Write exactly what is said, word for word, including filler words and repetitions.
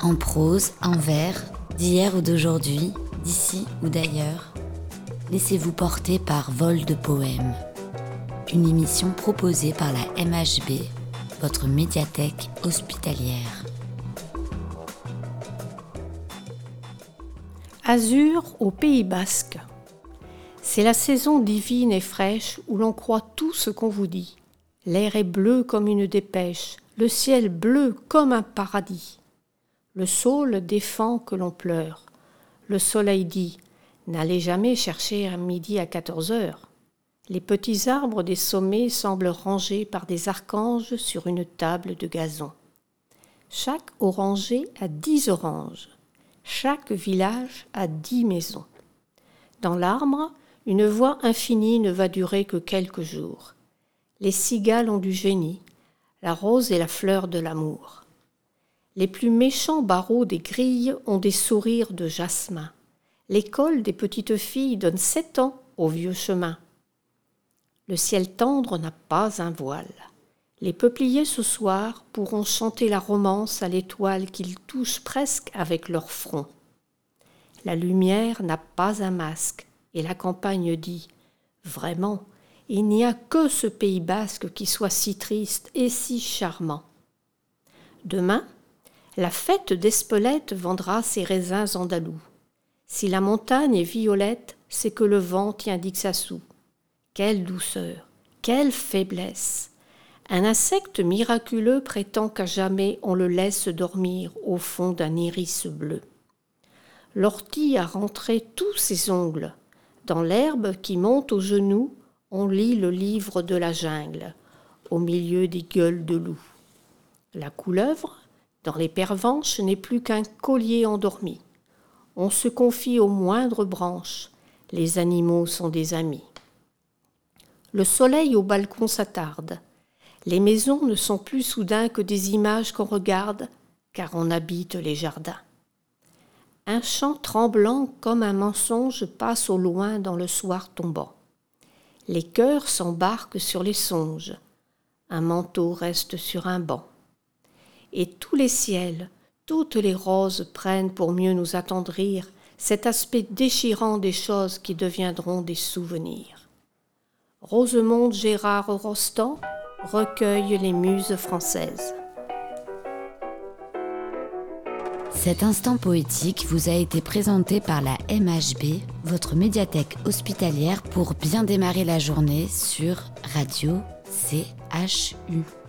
En prose, en vers, d'hier ou d'aujourd'hui, d'ici ou d'ailleurs, laissez-vous porter par Vol de Poèmes. Une émission proposée par la M H B, votre médiathèque hospitalière. Azur au Pays Basque. C'est la saison divine et fraîche où l'on croit tout ce qu'on vous dit. L'air est bleu comme une dépêche, le ciel bleu comme un paradis. Le saule défend que l'on pleure. Le soleil dit « N'allez jamais chercher un midi à quatorze heures ». Les petits arbres des sommets semblent rangés par des archanges sur une table de gazon. Chaque oranger a dix oranges. Chaque village a dix maisons. Dans l'arbre, une voix infinie ne va durer que quelques jours. Les cigales ont du génie, la rose est la fleur de l'amour. Les plus méchants barreaux des grilles ont des sourires de jasmin. L'école des petites filles donne sept ans au vieux chemin. Le ciel tendre n'a pas un voile. Les peupliers ce soir pourront chanter la romance à l'étoile qu'ils touchent presque avec leur front. La lumière n'a pas un masque et la campagne dit « Vraiment, il n'y a que ce Pays basque qui soit si triste et si charmant. » Demain, la fête d'Espelette vendra ses raisins andalous. Si la montagne est violette, c'est que le vent y indique sa soue. Quelle douceur, quelle faiblesse! Un insecte miraculeux prétend qu'à jamais on le laisse dormir au fond d'un iris bleu. L'ortie a rentré tous ses ongles. Dans l'herbe qui monte aux genoux, on lit le livre de la jungle, au milieu des gueules de loup. La couleuvre, dans les pervenches, n'est plus qu'un collier endormi. On se confie aux moindres branches, les animaux sont des amis. Le soleil au balcon s'attarde. Les maisons ne sont plus soudain que des images qu'on regarde, car on habite les jardins. Un chant tremblant comme un mensonge passe au loin dans le soir tombant. Les cœurs s'embarquent sur les songes. Un manteau reste sur un banc. Et tous les ciels, toutes les roses prennent pour mieux nous attendrir cet aspect déchirant des choses qui deviendront des souvenirs. Rosemonde Gérard Rostand recueille les muses françaises. Cet instant poétique vous a été présenté par la M H B, votre médiathèque hospitalière, pour bien démarrer la journée sur Radio C H U.